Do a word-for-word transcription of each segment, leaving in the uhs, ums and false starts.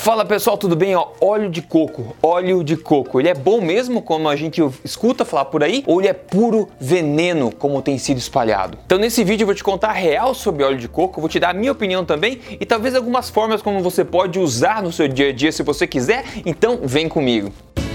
Fala pessoal, tudo bem? Ó, óleo de coco, óleo de coco, ele é bom mesmo como a gente escuta falar por aí? Ou ele é puro veneno como tem sido espalhado? Então nesse vídeo eu vou te contar a real sobre óleo de coco, vou te dar a minha opinião também e talvez algumas formas como você pode usar no seu dia a dia se você quiser, então vem comigo.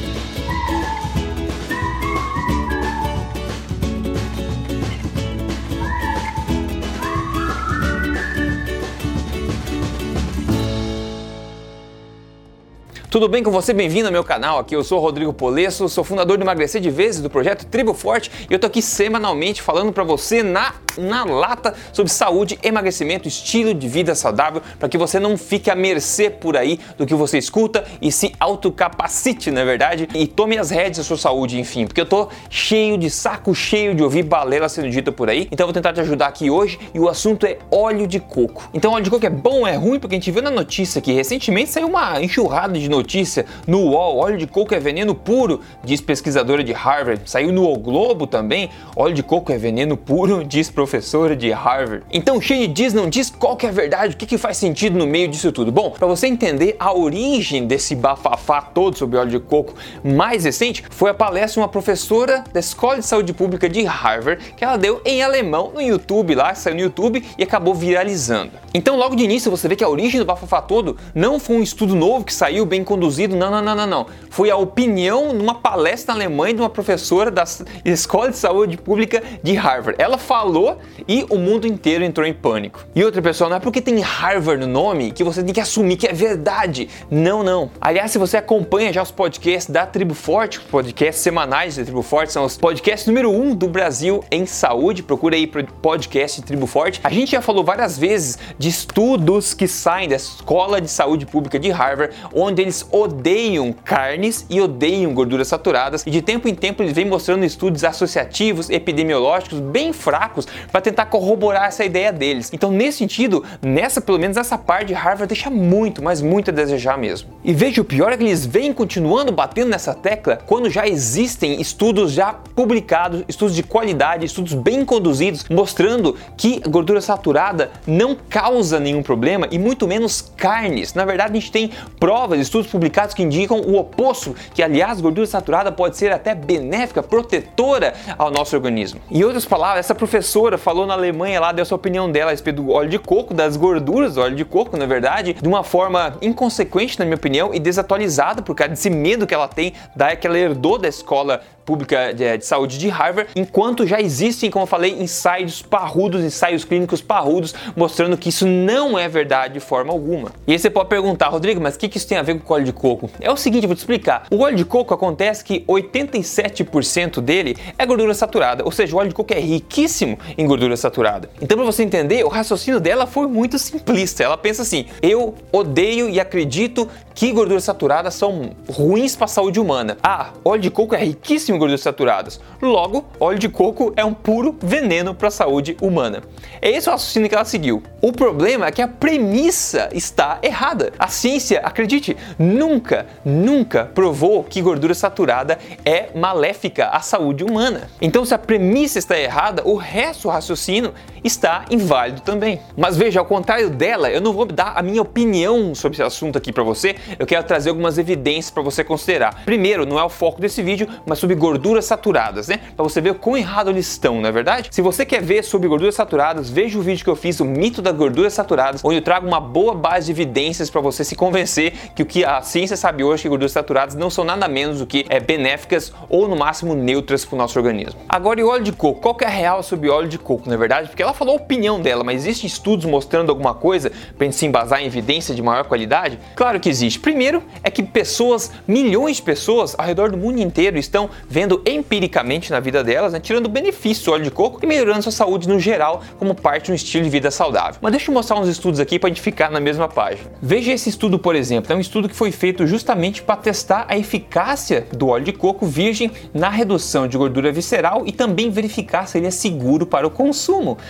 Tudo bem com você? Bem-vindo ao meu canal, aqui eu sou o Rodrigo Polesso, sou fundador do Emagrecer de Vez do projeto Tribo Forte e eu tô aqui semanalmente falando pra você na, na lata sobre saúde, emagrecimento, estilo de vida saudável, para que você não fique à mercê por aí do que você escuta e se autocapacite, na verdade, e tome as rédeas da sua saúde, enfim, porque eu tô cheio de saco cheio de ouvir balela sendo dita por aí, então eu vou tentar te ajudar aqui hoje e o assunto é óleo de coco. Então óleo de coco é bom ou é ruim? Porque a gente viu na notícia que recentemente saiu uma enxurrada de notícias Notícia no U O L, óleo de coco é veneno puro, diz pesquisadora de Harvard. Saiu no O Globo também, óleo de coco é veneno puro, diz professora de Harvard. Então cheio de diz, não diz qual que é a verdade, o que, que faz sentido no meio disso tudo. Bom, para você entender a origem desse bafafá todo sobre óleo de coco mais recente, foi a palestra de uma professora da Escola de Saúde Pública de Harvard, que ela deu em alemão no YouTube lá, saiu no YouTube e acabou viralizando. Então logo de início você vê que a origem do bafafá todo não foi um estudo novo que saiu bem conduzido, não, não, não, não, não. Foi a opinião numa palestra na Alemanha de uma professora da Escola de Saúde Pública de Harvard. Ela falou e o mundo inteiro entrou em pânico. E outra pessoa, não é porque tem Harvard no nome que você tem que assumir que é verdade. Não, não. Aliás, se você acompanha já os podcasts da Tribo Forte, os podcasts semanais da Tribo Forte, são os podcasts número um do Brasil em saúde, procura aí para podcast Tribo Forte. A gente já falou várias vezes de estudos que saem da Escola de Saúde Pública de Harvard, onde eles odeiam carnes e odeiam gorduras saturadas e de tempo em tempo eles vêm mostrando estudos associativos, epidemiológicos bem fracos para tentar corroborar essa ideia deles. Então nesse sentido, nessa pelo menos essa parte de Harvard deixa muito, mas muito a desejar mesmo. E veja, o pior é que eles vêm continuando batendo nessa tecla quando já existem estudos já publicados, estudos de qualidade, estudos bem conduzidos, mostrando que a gordura saturada não causa nenhum problema e muito menos carnes. Na verdade a gente tem provas, estudos publicados que indicam o oposto, que aliás gordura saturada pode ser até benéfica, protetora ao nosso organismo. Em outras palavras, essa professora falou na Alemanha lá, deu sua opinião dela a respeito do óleo de coco, das gorduras do óleo de coco, na verdade, de uma forma inconsequente, na minha opinião, e desatualizada por causa desse medo que ela tem, da que ela herdou da escola pública de, de saúde de Harvard, enquanto já existem, como eu falei, ensaios parrudos, ensaios clínicos parrudos, mostrando que isso não é verdade de forma alguma. E aí você pode perguntar, Rodrigo, mas o que, que isso tem a ver com o óleo de coco? É o seguinte, eu vou te explicar. O óleo de coco acontece que oitenta e sete por cento dele é gordura saturada, ou seja, o óleo de coco é riquíssimo em gordura saturada. Então, para você entender, o raciocínio dela foi muito simplista. Ela pensa assim: eu odeio e acredito que gorduras saturadas são ruins para a saúde humana. Ah, óleo de coco é riquíssimo em gorduras saturadas. Logo, óleo de coco é um puro veneno para a saúde humana. É esse o raciocínio que ela seguiu. O problema é que a premissa está errada. A ciência, acredite, nunca, nunca provou que gordura saturada é maléfica à saúde humana. Então, se a premissa está errada, o resto do raciocínio está inválido também. Mas veja, ao contrário dela, eu não vou dar a minha opinião sobre esse assunto aqui para você, eu quero trazer algumas evidências para você considerar. Primeiro, não é o foco desse vídeo, mas sobre gorduras saturadas, né? Para você ver o quão errado eles estão, não é verdade? Se você quer ver sobre gorduras saturadas, veja o vídeo que eu fiz, o mito das gorduras saturadas, onde eu trago uma boa base de evidências para você se convencer que o que a ciência sabe hoje, que gorduras saturadas não são nada menos do que é, benéficas ou no máximo neutras para o nosso organismo. Agora, e o óleo de coco? Qual que é a real sobre óleo de coco, na verdade? Porque ela falou a opinião dela, mas existem estudos mostrando alguma coisa para a gente se embasar em evidência de maior qualidade? Claro que existe. Primeiro é que pessoas, milhões de pessoas ao redor do mundo inteiro estão vendo empiricamente na vida delas, né, tirando benefício do óleo de coco e melhorando sua saúde no geral como parte de um estilo de vida saudável. Mas deixa eu mostrar uns estudos aqui para a gente ficar na mesma página. Veja esse estudo, por exemplo, é um estudo que foi feito justamente para testar a eficácia do óleo de coco virgem na redução de gordura visceral e também verificar se ele é seguro para o consumo.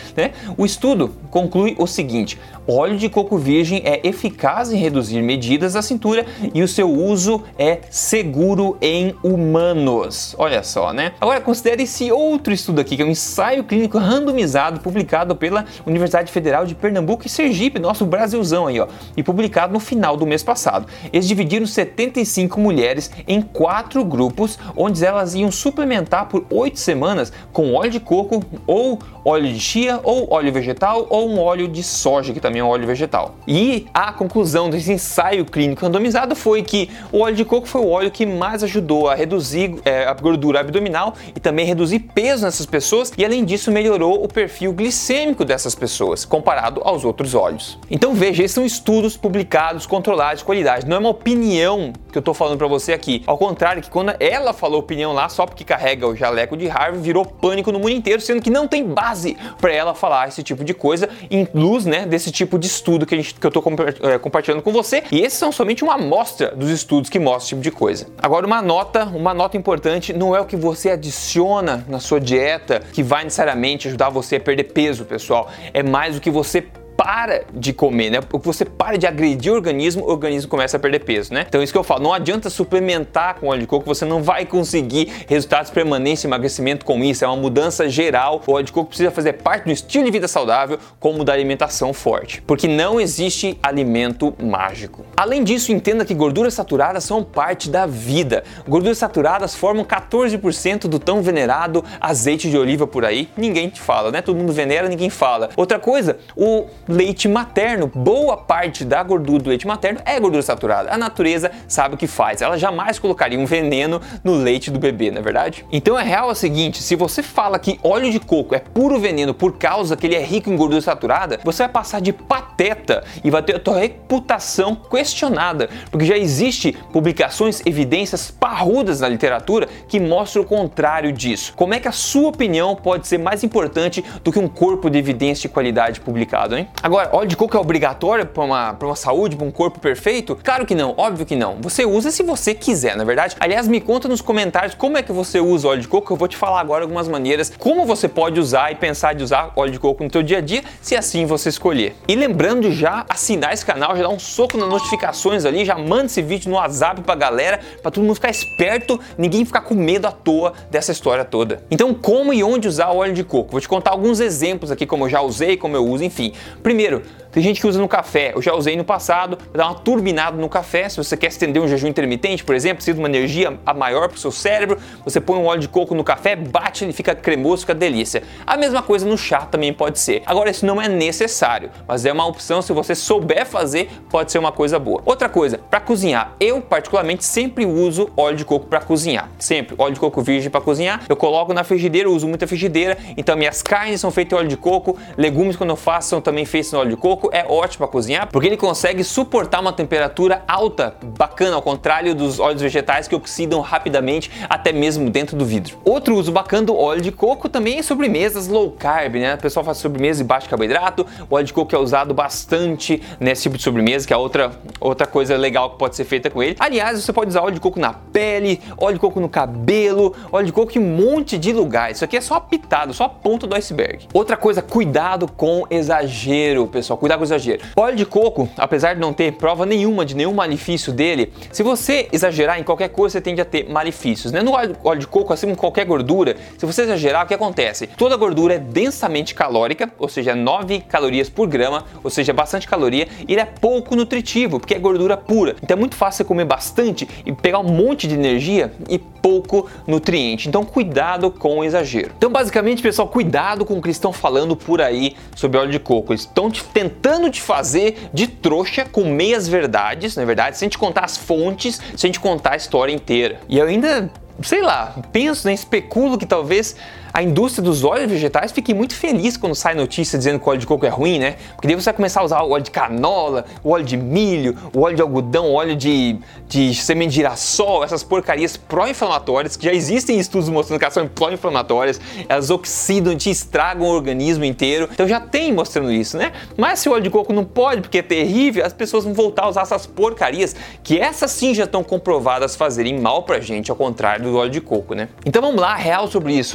né? O estudo conclui o seguinte: óleo de coco virgem é eficaz em reduzir medidas da cintura e o seu uso é seguro em humanos. Olha só, né? Agora considere esse outro estudo aqui, que é um ensaio clínico randomizado publicado pela Universidade Federal de Pernambuco e Sergipe, nosso Brasilzão aí, ó, e publicado no final do mês passado. Eles dividiram setenta e cinco mulheres em quatro grupos, onde elas iam suplementar por oito semanas com óleo de coco, ou óleo de chia, ou óleo vegetal, ou um óleo de soja, que também é um óleo vegetal. E a conclusão desse ensaio clínico randomizado foi que o óleo de coco foi o óleo que mais ajudou a reduzir é, a gordura abdominal e também reduzir peso nessas pessoas, e além disso melhorou o perfil glicêmico dessas pessoas, comparado aos outros óleos. Então veja, esses são estudos publicados, controlados de qualidade, não é uma opinião que eu tô falando pra você aqui. Ao contrário, que quando ela falou opinião lá, só porque carrega o jaleco de Harvard, virou pânico no mundo inteiro, sendo que não tem base para ela falar esse tipo de coisa, em luz, né, desse tipo de estudo que, a gente, que eu tô compartilhando com você. E esses são somente uma amostra dos estudos que mostram esse tipo de coisa. Agora, uma nota, uma nota importante, não é o que você adiciona na sua dieta que vai necessariamente ajudar você a perder peso, pessoal. É mais o que você para de comer, né? Porque você para de agredir o organismo, o organismo começa a perder peso, né? Então isso que eu falo, não adianta suplementar com óleo de coco, você não vai conseguir resultados permanentes de emagrecimento com isso, é uma mudança geral. O óleo de coco precisa fazer parte do estilo de vida saudável, como da alimentação forte, porque não existe alimento mágico. Além disso, entenda que gorduras saturadas são parte da vida. Gorduras saturadas formam quatorze por cento do tão venerado azeite de oliva por aí. Ninguém te fala, né? Todo mundo venera, ninguém fala. Outra coisa, o leite materno, boa parte da gordura do leite materno é gordura saturada. A natureza sabe o que faz, ela jamais colocaria um veneno no leite do bebê, não é verdade? Então a real é o seguinte, se você fala que óleo de coco é puro veneno por causa que ele é rico em gordura saturada, você vai passar de pateta e vai ter a tua reputação questionada, porque já existe publicações, evidências parrudas na literatura que mostram o contrário disso. Como é que a sua opinião pode ser mais importante do que um corpo de evidência de qualidade publicado, hein? Agora, óleo de coco é obrigatório para uma, para uma saúde, para um corpo perfeito? Claro que não, óbvio que não. Você usa se você quiser, na verdade. Aliás, me conta nos comentários como é que você usa óleo de coco, que eu vou te falar agora algumas maneiras como você pode usar e pensar de usar óleo de coco no seu dia a dia, se assim você escolher. E lembrando de já assinar esse canal, já dá um soco nas notificações ali, já manda esse vídeo no WhatsApp pra galera, pra todo mundo ficar esperto, ninguém ficar com medo à toa dessa história toda. Então, como e onde usar o óleo de coco? Vou te contar alguns exemplos aqui, como eu já usei, como eu uso, enfim. Primeiro, tem gente que usa no café, eu já usei no passado, dá uma turbinada no café, se você quer estender um jejum intermitente, por exemplo, precisa de uma energia a maior para o seu cérebro, você põe um óleo de coco no café, bate, ele fica cremoso, fica delícia. A mesma coisa no chá também pode ser. Agora, isso não é necessário, mas é uma opção, se você souber fazer, pode ser uma coisa boa. Outra coisa, para cozinhar, eu particularmente sempre uso óleo de coco para cozinhar, sempre, óleo de coco virgem para cozinhar, eu coloco na frigideira, eu uso muita frigideira, então minhas carnes são feitas em óleo de coco, legumes quando eu faço são também feitos no óleo de coco, é ótimo para cozinhar, porque ele consegue suportar uma temperatura alta, bacana, ao contrário dos óleos vegetais que oxidam rapidamente, até mesmo dentro do vidro. Outro uso bacana do óleo de coco também é sobremesas low carb, né? O pessoal faz sobremesa de baixo carboidrato, o óleo de coco é usado bastante nesse tipo de sobremesa, que é outra, outra coisa legal que pode ser feita com ele. Aliás, você pode usar óleo de coco na pele, óleo de coco no cabelo, óleo de coco em um monte de lugares. Isso aqui é só a pitada, só a ponta do iceberg. Outra coisa, cuidado com exagero, pessoal, cuidado com exagero. O óleo de coco, apesar de não ter prova nenhuma de nenhum malefício dele, se você exagerar em qualquer coisa, você tende a ter malefícios, né? No óleo, óleo de coco, assim como qualquer gordura, se você exagerar, o que acontece? Toda gordura é densamente calórica, ou seja, nove calorias por grama, ou seja, bastante caloria, e ele é pouco nutritivo, porque é gordura pura. Então é muito fácil você comer bastante e pegar um monte de energia e pouco nutriente. Então cuidado com o exagero. Então basicamente, pessoal, cuidado com o que eles estão falando por aí sobre óleo de coco. Eles estão te, tentando te fazer de trouxa com meias verdades, na verdade, sem te contar as fontes, sem te contar a história inteira. E eu ainda, sei lá, penso, né, especulo que talvez a indústria dos óleos vegetais fique muito feliz quando sai notícia dizendo que o óleo de coco é ruim, né? Porque daí você vai começar a usar o óleo de canola, o óleo de milho, o óleo de algodão, o óleo de, de semente de girassol, essas porcarias pró-inflamatórias, que já existem estudos mostrando que elas são pró-inflamatórias, elas oxidam, te estragam o organismo inteiro. Então já tem mostrando isso, né? Mas se o óleo de coco não pode, porque é terrível, as pessoas vão voltar a usar essas porcarias, que essas sim já estão comprovadas fazerem mal pra gente, ao contrário do óleo de coco, né? Então vamos lá, real sobre isso, ó.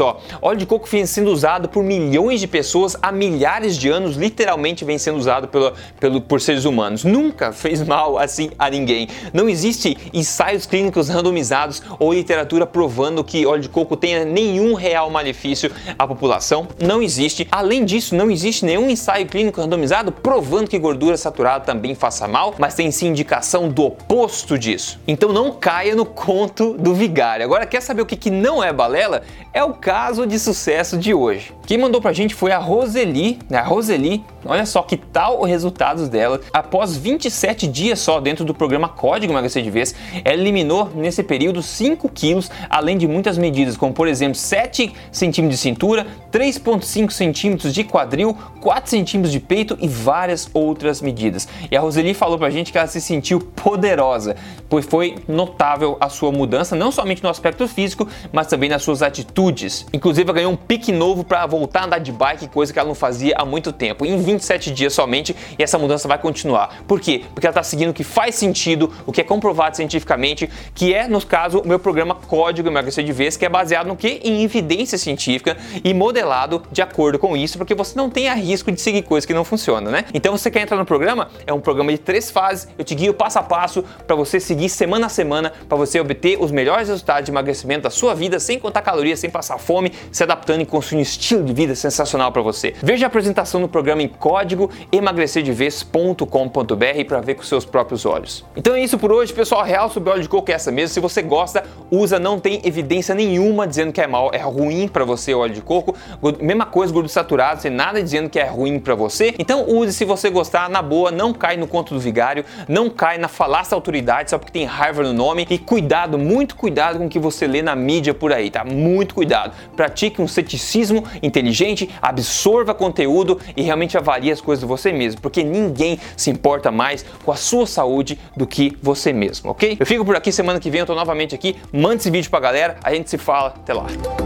Óleo de coco vem sendo usado por milhões de pessoas há milhares de anos, literalmente vem sendo usado pelo, pelo, por seres humanos. Nunca fez mal assim a ninguém. Não existe ensaios clínicos randomizados ou literatura provando que óleo de coco tenha nenhum real malefício à população. Não existe. Além disso, não existe nenhum ensaio clínico randomizado provando que gordura saturada também faça mal, mas tem sim indicação do oposto disso. Então não caia no conto do vigário. Agora, quer saber o que, que não é balela? É o caso de sucesso de hoje. Quem mandou pra gente foi a Roseli, né? A Roseli, olha só que tal os resultados dela. Após vinte e sete dias só dentro do programa Código Emagrecer de Vez, ela eliminou nesse período cinco quilos, além de muitas medidas, como por exemplo sete centímetros de cintura, três vírgula cinco centímetros de quadril, quatro centímetros de peito e várias outras medidas. E a Roseli falou pra gente que ela se sentiu poderosa, pois foi notável a sua mudança, não somente no aspecto físico, mas também nas suas atitudes. Inclusive, ela ganhou um pique novo para voltar a andar de bike, coisa que ela não fazia há muito tempo, em vinte e sete dias somente, e essa mudança vai continuar. Por quê? Porque ela está seguindo o que faz sentido, o que é comprovado cientificamente, que é, no caso, o meu programa Código Emagrecer de Vez, que é baseado no quê? Em evidência científica e modelado de acordo com isso, porque você não tenha risco de seguir coisas que não funcionam, né? Então, você quer entrar no programa? É um programa de três fases, eu te guio passo a passo para você seguir semana a semana, para você obter os melhores resultados de emagrecimento da sua vida, sem contar calorias, sem passar fome, se adaptando e construindo um estilo de vida sensacional para você. Veja a apresentação do programa em código emagrecer de vez ponto com ponto br para ver com seus próprios olhos. Então é isso por hoje, pessoal. A real sobre óleo de coco é essa mesmo. Se você gosta, usa, não tem evidência nenhuma dizendo que é mal, é ruim para você o óleo de coco. Mesma coisa, gordura saturada, sem nada dizendo que é ruim para você. Então use se você gostar, na boa, não cai no conto do vigário, não cai na falácia da autoridade só porque tem Harvard no nome. E cuidado, muito cuidado com o que você lê na mídia por aí, tá? Muito cuidado. Pratique um ceticismo inteligente, absorva conteúdo e realmente avalie as coisas você mesmo, porque ninguém se importa mais com a sua saúde do que você mesmo, ok? Eu fico por aqui, semana que vem eu tô novamente aqui. Mande esse vídeo pra galera, a gente se fala, até lá.